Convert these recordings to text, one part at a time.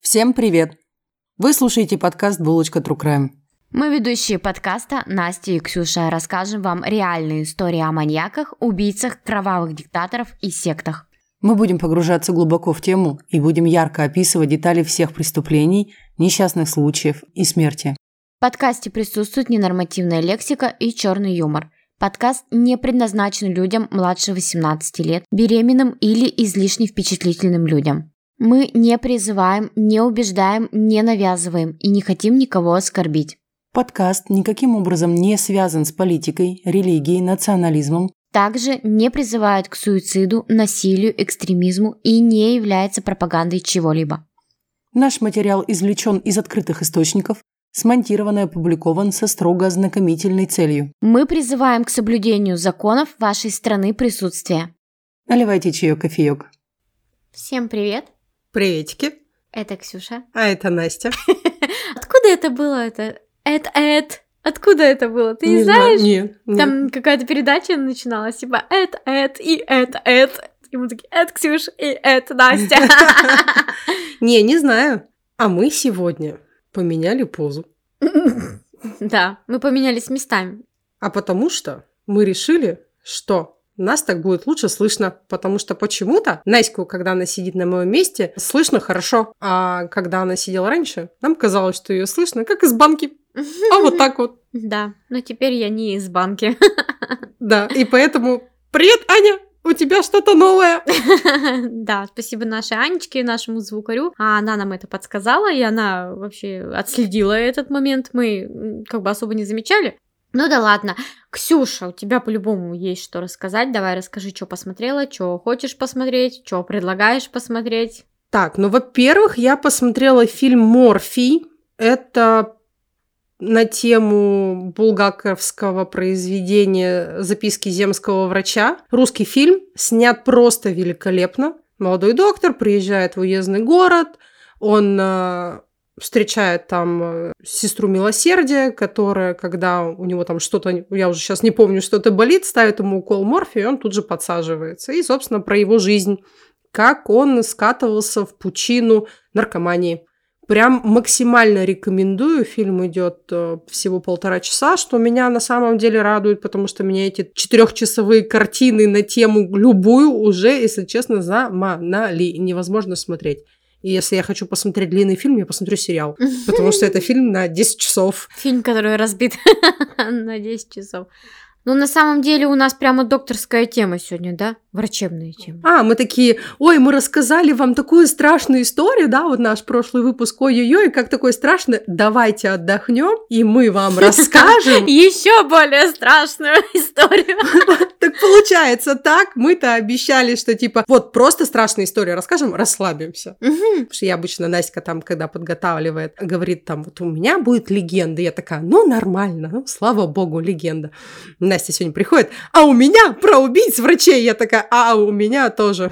Всем привет! Вы слушаете подкаст «Булочка True Crime». Мы ведущие подкаста Настя и Ксюша. Расскажем вам реальные истории о маньяках, убийцах, кровавых диктаторов и сектах. Мы будем погружаться глубоко в тему и будем ярко описывать детали всех преступлений, несчастных случаев и смерти. В подкасте присутствует ненормативная лексика и черный юмор. Подкаст не предназначен людям младше 18 лет, беременным или излишне впечатлительным людям. Мы не призываем, не убеждаем, не навязываем и не хотим никого оскорбить. Подкаст никаким образом не связан с политикой, религией, национализмом. Также не призывает к суициду, насилию, экстремизму и не является пропагандой чего-либо. Наш материал извлечен из открытых источников, смонтирован и опубликован со строго ознакомительной целью. Мы призываем к соблюдению законов вашей страны присутствия. Наливайте чаек, кофеек. Всем привет. Приветики. Это Ксюша. А это Настя. Откуда это было? Откуда это было? Ты не знаешь? Нет. Там какая-то передача начиналась, типа и это. И мы такие, это Ксюша, и это Настя. Не знаю. А мы сегодня поменяли позу. Да, мы поменялись местами. А потому что мы решили, что нас так будет лучше слышно, потому что почему-то Наську, когда она сидит на моем месте, слышно хорошо, а когда она сидела раньше, нам казалось, что ее слышно, как из банки. А вот так вот. Да, но теперь я не из банки. Да, и поэтому привет, Аня! У тебя что-то новое. Да, спасибо нашей Анечке, нашему звукарю. Она нам это подсказала, и она вообще отследила этот момент. Мы как бы особо не замечали. Ну да ладно. Ксюша, у тебя по-любому есть что рассказать. Давай расскажи, что посмотрела, что хочешь посмотреть, что предлагаешь посмотреть. Так, ну, во-первых, я посмотрела фильм «Морфий». Это на тему булгаковского произведения «Записки земского врача». Русский фильм, снят просто великолепно. Молодой доктор приезжает в уездный город, он встречает там сестру милосердия, которая, когда у него там что-то, я уже сейчас не помню, что-то болит, ставит ему укол морфия, и он тут же подсаживается. И, собственно, про его жизнь, как он скатывался в пучину наркомании. Прям максимально рекомендую. Фильм идет всего 1,5 часа, что меня на самом деле радует, потому что меня эти 4-часовые картины на тему любую уже, если честно, заманали. Невозможно смотреть. И если я хочу посмотреть длинный фильм, я посмотрю сериал. Потому что это фильм на 10 часов. Фильм, который разбит на 10 часов. Ну, на самом деле у нас прямо докторская тема сегодня, да? Врачебная тема. Мы такие, ой, мы рассказали вам такую страшную историю, да, вот наш прошлый выпуск, ой-ой-ой, как такое страшное, давайте отдохнем, и мы вам расскажем. Еще более страшную историю. Так получается так, мы-то обещали, что типа, вот просто страшную историю расскажем, расслабимся. Потому что я обычно, Настя там, когда подготавливает, говорит там, вот у меня будет легенда, я такая, ну нормально, ну слава богу, легенда. Настя сегодня приходит, а у меня про убийц врачей, я такая, а у меня тоже.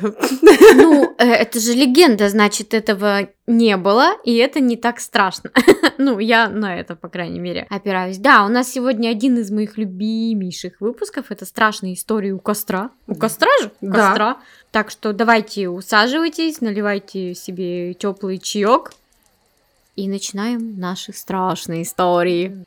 Ну, это же легенда, значит, этого не было, и это не так страшно. Ну, я на это, по крайней мере, опираюсь. Да, у нас сегодня один из моих любимейших выпусков, это страшные истории у костра. У костра же? Да. Костра. Так что давайте усаживайтесь, наливайте себе теплый чаек и начинаем наши страшные истории.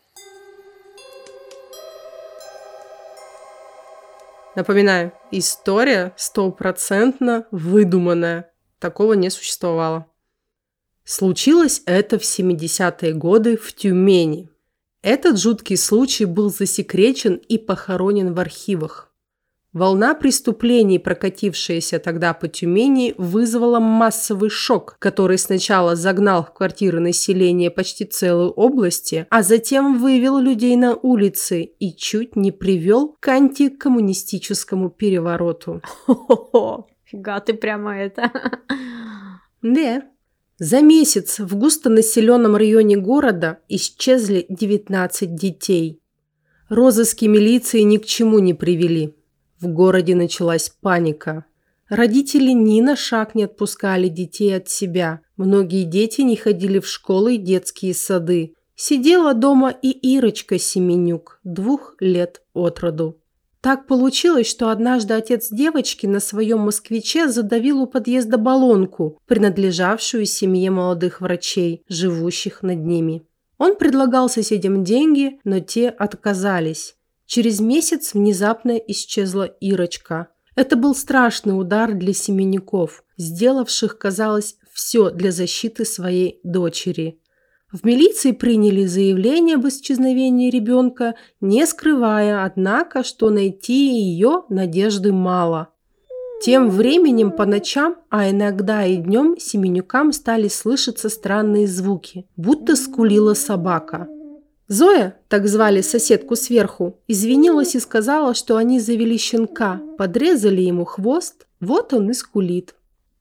Напоминаю, история 100% выдуманная. Такого не существовало. Случилось это в 70-е годы в Тюмени. Этот жуткий случай был засекречен и похоронен в архивах. Волна преступлений, прокатившаяся тогда по Тюмени, вызвала массовый шок, который сначала загнал в квартиры населения почти целой области, а затем вывел людей на улицы и чуть не привел к антикоммунистическому перевороту. Хо-хо-хо, фига ты прямо это. Да. За месяц в густонаселенном районе города исчезли 19 детей. Розыски милиции ни к чему не привели. В городе началась паника. Родители ни на шаг не отпускали детей от себя. Многие дети не ходили в школы и детские сады. Сидела дома и Ирочка Семенюк, 2 лет от роду. Так получилось, что однажды отец девочки на своем москвиче задавил у подъезда баллонку, принадлежавшую семье молодых врачей, живущих над ними. Он предлагал соседям деньги, но те отказались. Через месяц внезапно исчезла Ирочка. Это был страшный удар для Семенюков, сделавших, казалось, все для защиты своей дочери. В милиции приняли заявление об исчезновении ребенка, не скрывая, однако, что найти ее надежды мало. Тем временем по ночам, а иногда и днем, Семенюкам стали слышаться странные звуки, будто скулила собака. Зоя, так звали соседку сверху, извинилась и сказала, что они завели щенка, подрезали ему хвост, вот он и скулит.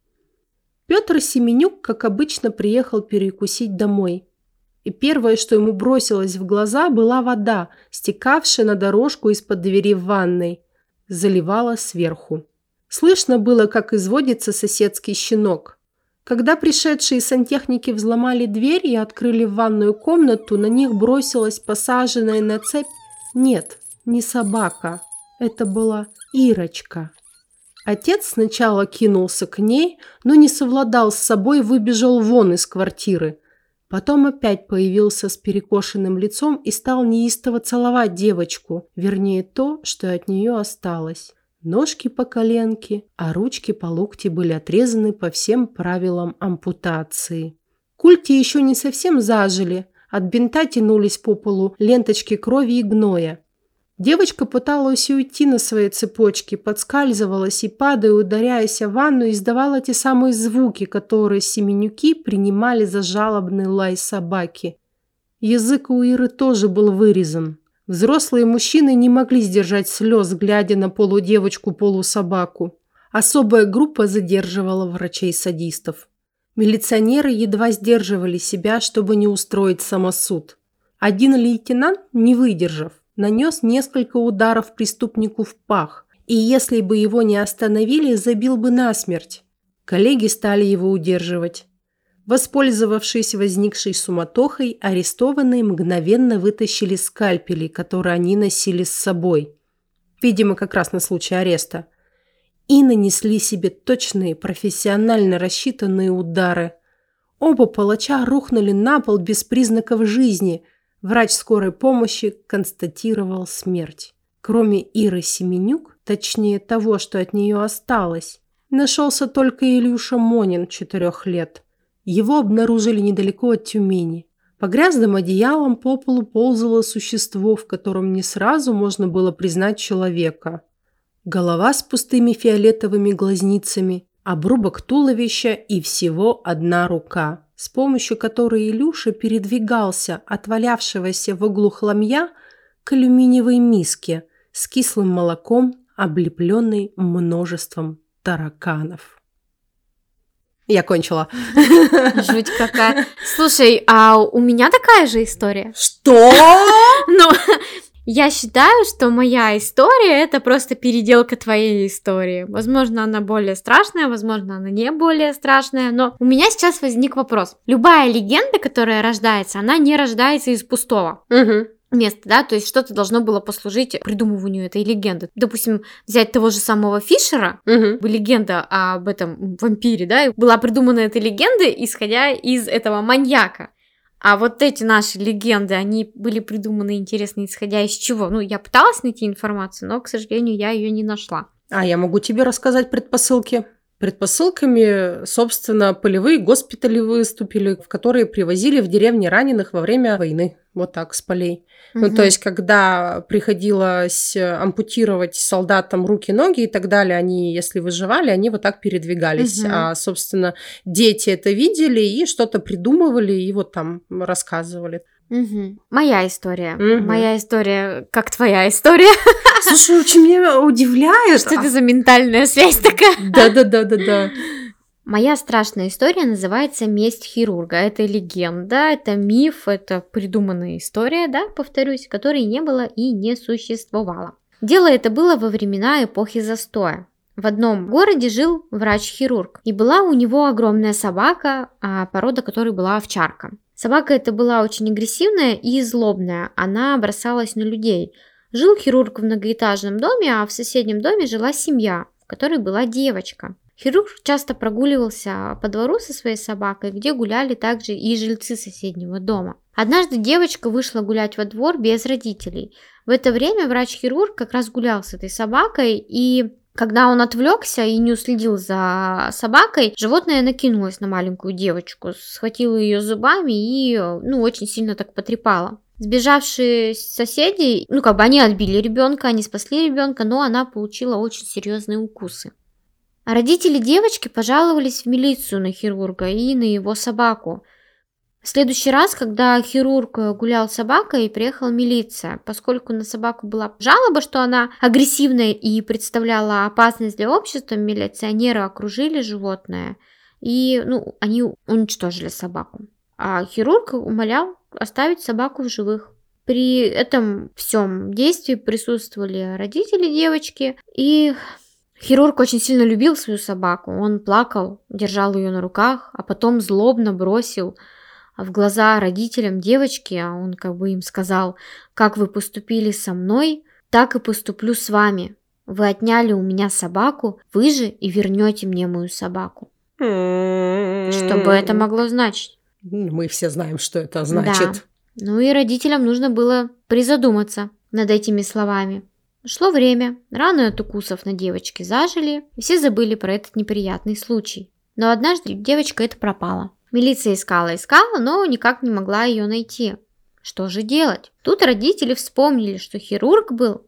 Петр Семенюк, как обычно, приехал перекусить домой. И первое, что ему бросилось в глаза, была вода, стекавшая на дорожку из-под двери в ванной. Заливала сверху. Слышно было, как изводится соседский щенок. Когда пришедшие сантехники взломали дверь и открыли ванную комнату, на них бросилась посаженная на цепь... Нет, не собака. Это была Ирочка. Отец сначала кинулся к ней, но не совладал с собой, выбежал вон из квартиры. Потом опять появился с перекошенным лицом и стал неистово целовать девочку, вернее то, что от нее осталось. Ножки по коленке, а ручки по локти были отрезаны по всем правилам ампутации. Культи еще не совсем зажили, от бинта тянулись по полу ленточки крови и гноя. Девочка пыталась уйти на своей цепочке, подскальзывалась и, падая, ударяясь о ванну, издавала те самые звуки, которые Семенюки принимали за жалобный лай собаки. Язык у Иры тоже был вырезан. Взрослые мужчины не могли сдержать слез, глядя на полудевочку-полусобаку. Особая группа задерживала врачей-садистов. Милиционеры едва сдерживали себя, чтобы не устроить самосуд. Один лейтенант, не выдержав, нанес несколько ударов преступнику в пах, и если бы его не остановили, забил бы насмерть. Коллеги стали его удерживать. Воспользовавшись возникшей суматохой, арестованные мгновенно вытащили скальпели, которые они носили с собой, видимо, как раз на случай ареста, и нанесли себе точные, профессионально рассчитанные удары. Оба палача рухнули на пол без признаков жизни. Врач скорой помощи констатировал смерть. Кроме Иры Семенюк, точнее того, что от нее осталось, нашелся только Илюша Монин, 4 лет. Его обнаружили недалеко от Тюмени. По грязным одеялам по полу ползало существо, в котором не сразу можно было признать человека. Голова с пустыми фиолетовыми глазницами, обрубок туловища и всего одна рука, с помощью которой Илюша передвигался от валявшегося в углу хламья к алюминиевой миске с кислым молоком, облепленной множеством тараканов. Я кончила. Жуть какая. Слушай, а у меня такая же история. Что? Ну, я считаю, что моя история — это просто переделка твоей истории. Возможно, она более страшная, возможно, она не более страшная, но у меня сейчас возник вопрос. Любая легенда, которая рождается, она не рождается из пустого. Место, да, то есть что-то должно было послужить придумыванию этой легенды. Допустим, взять того же самого Фишера, легенда об этом вампире, да, была придумана эта легенда, исходя из этого маньяка. А вот эти наши легенды, они были придуманы, интересно, исходя из чего? Ну, я пыталась найти информацию, но, к сожалению, я ее не нашла. А я могу тебе рассказать предпосылки. Предпосылками, собственно, полевые госпитали выступили, в которые привозили в деревни раненых во время войны. Вот так, с полей. Ну, то есть, когда приходилось ампутировать солдатам руки, ноги и так далее, они, если выживали, они вот так передвигались. А, собственно, дети это видели и что-то придумывали, и вот там рассказывали. Моя история. Моя история, как твоя история. Слушай, очень меня удивляет. Что это за ментальная связь такая? Да. Моя страшная история называется «Месть хирурга». Это легенда, это миф, это придуманная история, да, повторюсь, которой не было и не существовало. Дело это было во времена эпохи застоя. В одном городе жил врач-хирург, и была у него огромная собака, порода которой была овчарка. Собака эта была очень агрессивная и злобная, она бросалась на людей. Жил хирург в многоэтажном доме, а в соседнем доме жила семья, в которой была девочка. Хирург часто прогуливался по двору со своей собакой, где гуляли также и жильцы соседнего дома. Однажды девочка вышла гулять во двор без родителей. В это время врач-хирург как раз гулял с этой собакой, и когда он отвлекся и не уследил за собакой, животное накинулось на маленькую девочку, схватило ее зубами и очень сильно так потрепало. Сбежавшие соседи, они отбили ребенка, они спасли ребенка, но она получила очень серьезные укусы. Родители девочки пожаловались в милицию на хирурга и на его собаку. В следующий раз, когда хирург гулял с собакой, приехала милиция. Поскольку на собаку была жалоба, что она агрессивная и представляла опасность для общества, милиционеры окружили животное и они уничтожили собаку. А хирург умолял оставить собаку в живых. При этом всем действии присутствовали родители девочки, и хирург очень сильно любил свою собаку. Он плакал, держал ее на руках, а потом злобно бросил в глаза родителям девочки, а он им сказал: «Как вы поступили со мной, так и поступлю с вами. Вы отняли у меня собаку, вы же и вернете мне мою собаку». Что бы это могло значить? Мы все знаем, что это значит. Да. И родителям нужно было призадуматься над этими словами. Шло время, раны от укусов на девочке зажили, и все забыли про этот неприятный случай. Но однажды девочка эта пропала. Милиция искала, но никак не могла ее найти. Что же делать? Тут родители вспомнили, что хирург был,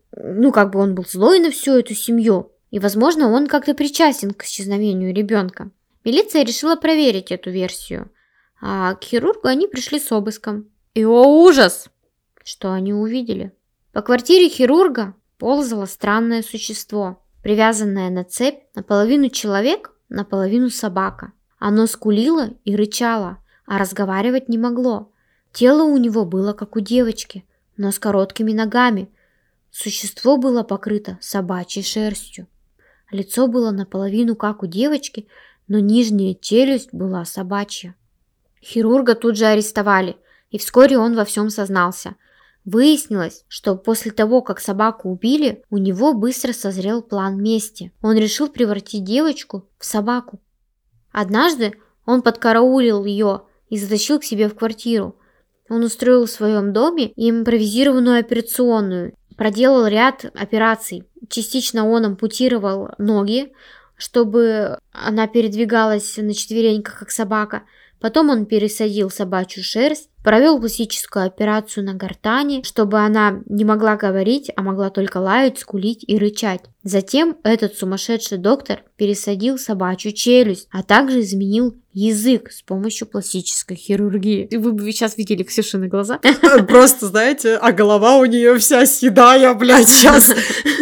он был злой на всю эту семью, и, возможно, он как-то причастен к исчезновению ребенка. Милиция решила проверить эту версию, а к хирургу они пришли с обыском. И, о ужас! Что они увидели? По квартире хирурга ползало странное существо, привязанное на цепь, наполовину человек, наполовину собака. Оно скулило и рычало, а разговаривать не могло. Тело у него было как у девочки, но с короткими ногами. Существо было покрыто собачьей шерстью. Лицо было наполовину как у девочки, но нижняя челюсть была собачья. Хирурга тут же арестовали, и вскоре он во всем сознался. Выяснилось, что после того, как собаку убили, у него быстро созрел план мести. Он решил превратить девочку в собаку. Однажды он подкараулил ее и затащил к себе в квартиру. Он устроил в своем доме импровизированную операционную, проделал ряд операций. Частично он ампутировал ноги, чтобы она передвигалась на четвереньках, как собака. Потом он пересадил собачью шерсть, провел классическую операцию на гортани, чтобы она не могла говорить, а могла только лаять, скулить и рычать. Затем этот сумасшедший доктор пересадил собачью челюсть, а также изменил язык с помощью пластической хирургии. Вы бы сейчас видели Ксюшины глаза. Просто, знаете, а голова у нее вся седая, сейчас.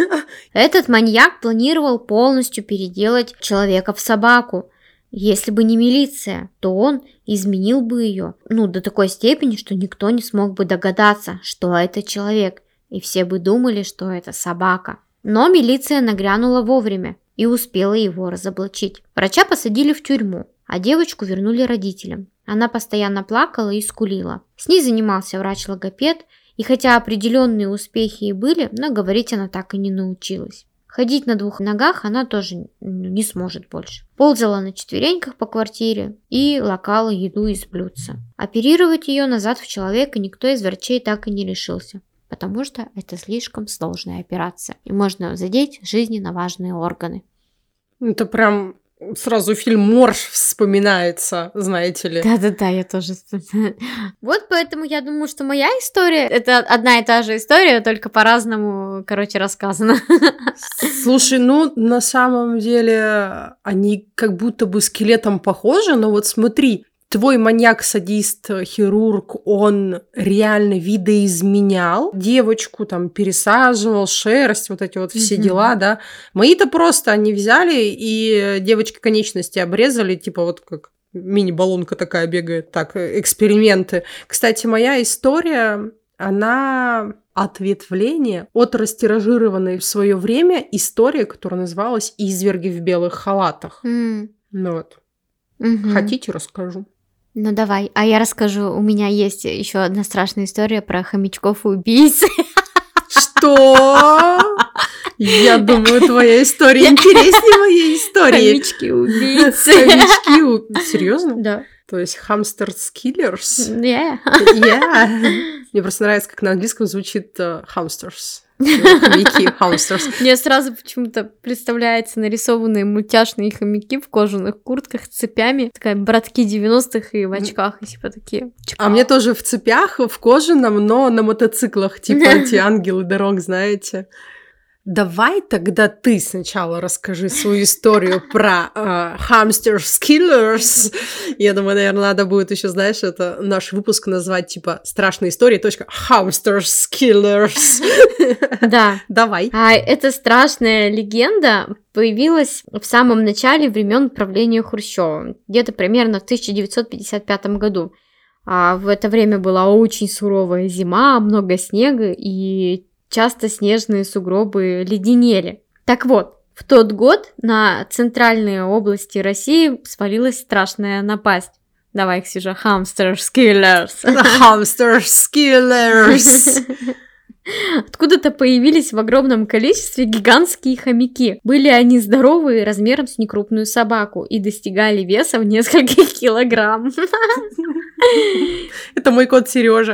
Этот маньяк планировал полностью переделать человека в собаку. Если бы не милиция, то он изменил бы ее, до такой степени, что никто не смог бы догадаться, что это человек, и все бы думали, что это собака. Но милиция нагрянула вовремя и успела его разоблачить. Врача посадили в тюрьму, а девочку вернули родителям. Она постоянно плакала и скулила. С ней занимался врач-логопед, и хотя определенные успехи и были, но говорить она так и не научилась. Ходить на двух ногах она тоже не сможет больше. Ползала на четвереньках по квартире и лакала еду из блюдца. Оперировать ее назад в человека никто из врачей так и не решился, потому что это слишком сложная операция, и можно задеть жизненно важные органы. Это прям сразу фильм «Морж» вспоминается, знаете ли. Да-да-да, я тоже вспоминаю. Вот поэтому я думаю, что моя история — это одна и та же история, только по-разному, рассказана. Слушай, на самом деле они как будто бы скелетом похожи, но вот смотри, твой маньяк-садист, хирург, он реально видоизменял девочку, пересаживал шерсть, вот эти вот все дела, да. Мои-то просто они взяли и девочке конечности обрезали, как мини-баллонка такая бегает. Так, эксперименты. Кстати, моя история, она ответвление от растиражированной в свое время истории, которая называлась «Изверги в белых халатах». Хотите, расскажу? Ну давай, а я расскажу. У меня есть еще одна страшная история про хомячков и убийц. Что? Я думаю, твоя история интереснее моей истории. Хомячки-убийцы. Серьезно? Да. То есть hamsters killers? Yeah. Мне просто нравится, как на английском звучит hamsters. Хомяки, hamsters. Мне сразу почему-то представляется нарисованные мультяшные хомяки в кожаных куртках с цепями. Такая братки 90-х и в очках, и типа такие. А мне тоже в цепях, в кожаном, но на мотоциклах, типа эти ангелы дорог, знаете. Давай тогда ты сначала расскажи свою историю про hamsters killers. Я думаю, наверное, надо будет еще, знаешь, это наш выпуск назвать типа «Страшные истории. Hamsters killers». Да. Давай. А эта страшная легенда появилась в самом начале времен правления Хрущева, где-то примерно в 1955 году. А в это время была очень суровая зима, много снега, и часто снежные сугробы леденели. Так вот, в тот год на центральные области России свалилась страшная напасть. Давай, Ксюша, hamsters killers. Hamsters killers. Откуда-то появились в огромном количестве гигантские хомяки. Были они здоровые, размером с некрупную собаку, и достигали веса в несколько килограмм. Это мой кот Сережа.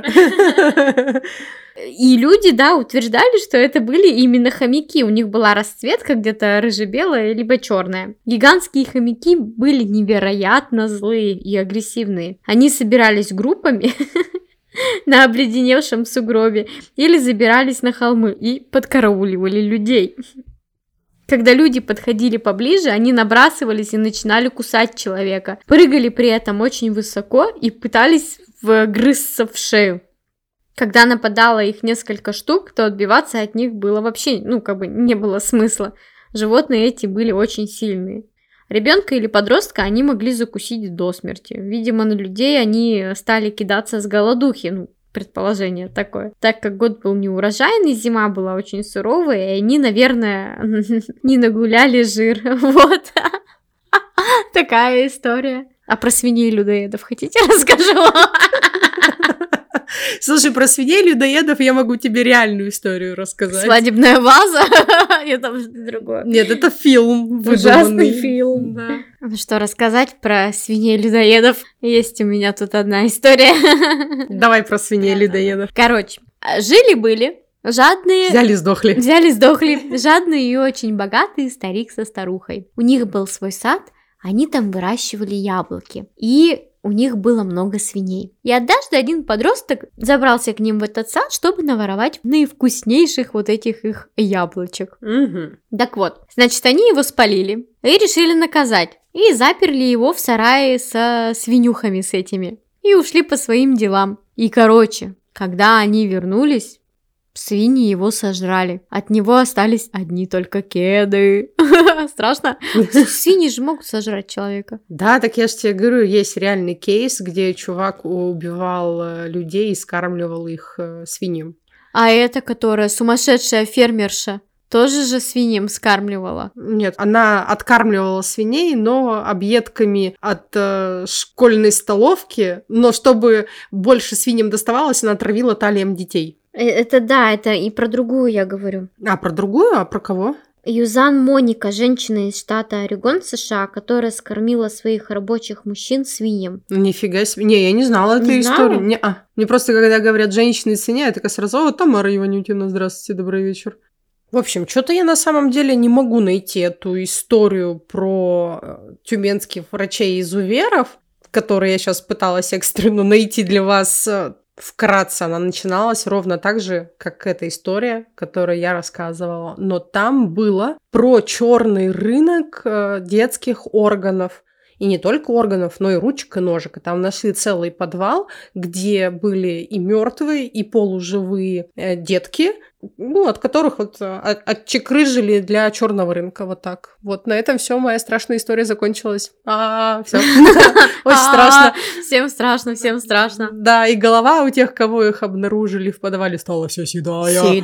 И люди, да, утверждали, что это были именно хомяки. У них была расцветка где-то рыже-белая, либо черная. Гигантские хомяки были невероятно злые и агрессивные. Они собирались группами на обледеневшем сугробе или забирались на холмы и подкарауливали людей. Когда люди подходили поближе, они набрасывались и начинали кусать человека. Прыгали при этом очень высоко и пытались вгрызться в шею. Когда нападало их несколько штук, то отбиваться от них было вообще, не было смысла. Животные эти были очень сильные. Ребенка или подростка они могли закусить до смерти. Видимо, на людей они стали кидаться с голодухи, предположение такое. Так как год был неурожайный, зима была очень суровая, и они, наверное, не нагуляли жир. Вот. Такая история. А про свиней-людоедов хотите расскажу? Слушай, про свиней-людоедов я могу тебе реальную историю рассказать. Свадебная ваза? Я там что-то другое. Нет, это фильм. Ужасный фильм. Да. Ну что, рассказать про свиней-людоедов? Есть у меня тут одна история. Давай про свиней-людоедов. Короче, жили-были жадные... Взяли-сдохли. Жадные и очень богатые старик со старухой. У них был свой сад, они там выращивали яблоки. И у них было много свиней. И однажды один подросток забрался к ним в этот сад, чтобы наворовать наивкуснейших вот этих их яблочек. Угу. Так вот, значит, они его спалили и решили наказать. И заперли его в сарае со свинюхами с этими. И ушли по своим делам. И, короче, когда они вернулись, свиньи его сожрали. От него остались одни только кеды. Страшно. Свиньи же могут сожрать человека. Да, так я же тебе говорю, есть реальный кейс, где чувак убивал людей и скармливал их свиньям. А эта, которая сумасшедшая фермерша, тоже же свиньям скармливала? Нет, она откармливала свиней, но объедками от школьной столовки, но чтобы больше свиньям доставалось, она отравила талием детей. Это да, это и про другую я говорю. А, про другую? А про кого? Юзан Моника, женщина из штата Орегон, США, которая скормила своих рабочих мужчин свиньям. Нифига себе. Не, я не знала этой истории. Мне просто, когда говорят женщины и свинья, я такая сразу: Тамара Иванютина, здравствуйте, добрый вечер. В общем, что-то я на самом деле не могу найти эту историю про тюменских врачей-изуверов, которую я сейчас пыталась экстренно найти для вас. Вкратце она начиналась ровно так же, как эта история, которую я рассказывала. Но там было про черный рынок детских органов. И не только органов, но и ручек и ножек. И там нашли целый подвал, где были и мертвые, и полуживые детки, от которых отчекрыжили для черного рынка. Вот так. Вот на этом все, моя страшная история закончилась. Все. Очень страшно. Всем страшно. Да, и голова у тех, кого их обнаружили в подвале, стала вся седая.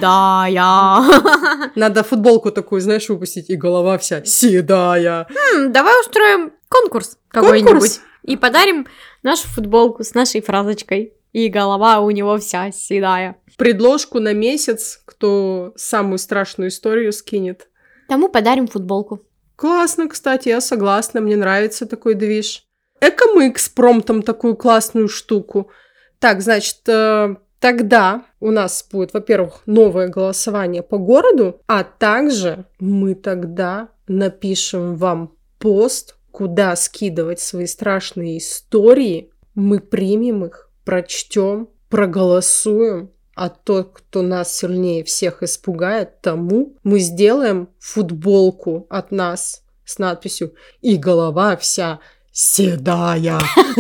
Надо футболку такую, знаешь, выпустить, и голова вся седая. Давай устроим конкурс какой-нибудь. И подарим нашу футболку с нашей фразочкой. И голова у него вся седая. предложку на месяц, кто самую страшную историю скинет. Тому подарим футболку. Классно, кстати, я согласна, мне нравится такой движ. Экомык с промптом такую классную штуку. Так, значит, тогда у нас будет, во-первых, новое голосование по городу, а также мы тогда напишем вам пост, куда скидывать свои страшные истории. Мы примем их, прочтем, проголосуем, а тот, кто нас сильнее всех испугает, тому мы сделаем футболку от нас с надписью «И голова вся седая».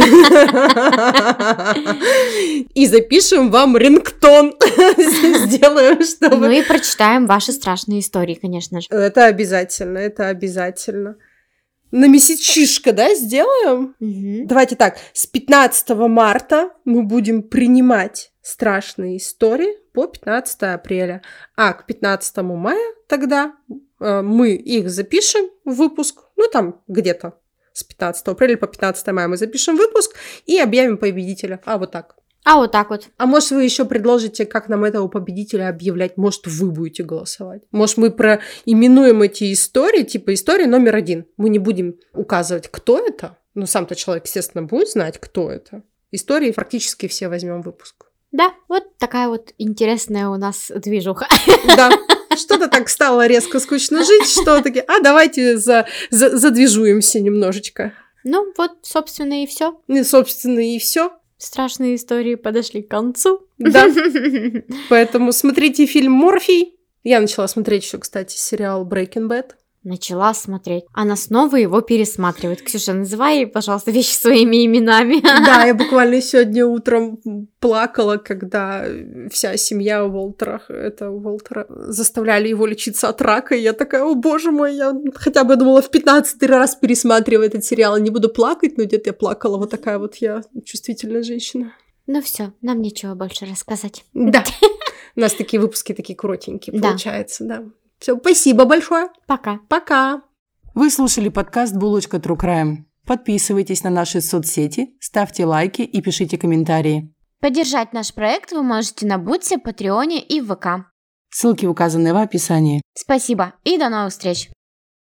И запишем вам рингтон. Сделаем, чтобы... Ну и прочитаем ваши страшные истории, конечно же. Это обязательно, это обязательно. На месячишко, да, сделаем? Угу. Давайте так, с 15 марта мы будем принимать страшные истории по 15 апреля. А к 15 мая тогда мы их запишем в выпуск. Ну, там где-то с 15 апреля по 15 мая мы запишем выпуск и объявим победителя. А вот так. А вот так вот. А может, вы еще предложите, как нам этого победителя объявлять? Может, вы будете голосовать? Может, мы проименуем эти истории, типа история номер 1. Мы не будем указывать, кто это. Но сам-то человек, естественно, будет знать, кто это. Истории практически все возьмем в выпуск. Да, вот такая вот интересная у нас движуха. Да, что-то так стало резко скучно жить, что таки, давайте задвижуемся немножечко. Ну, вот, собственно, и все. И, собственно, и все. Страшные истории подошли к концу. Да. Поэтому смотрите фильм «Морфий». Я начала смотреть еще, кстати, сериал «Breaking Bad». Начала смотреть. Она снова его пересматривает. Ксюша, называй, пожалуйста, вещи своими именами. Да, я буквально сегодня утром плакала, когда вся семья Уолтера заставляли его лечиться от рака. И я такая, о боже мой, я хотя бы думала в 15-й раз пересматривая этот сериал. Не буду плакать, но где-то я плакала. Вот такая вот я чувствительная женщина. Ну все, нам нечего больше рассказать. Да, у нас такие выпуски такие коротенькие, Да. получается, да. Все, спасибо большое. Пока. Пока. Вы слушали подкаст «Булочка True Crime». Подписывайтесь на наши соцсети, ставьте лайки и пишите комментарии. Поддержать наш проект вы можете на Бутсе, Патреоне и ВК. Ссылки указаны в описании. Спасибо и до новых встреч!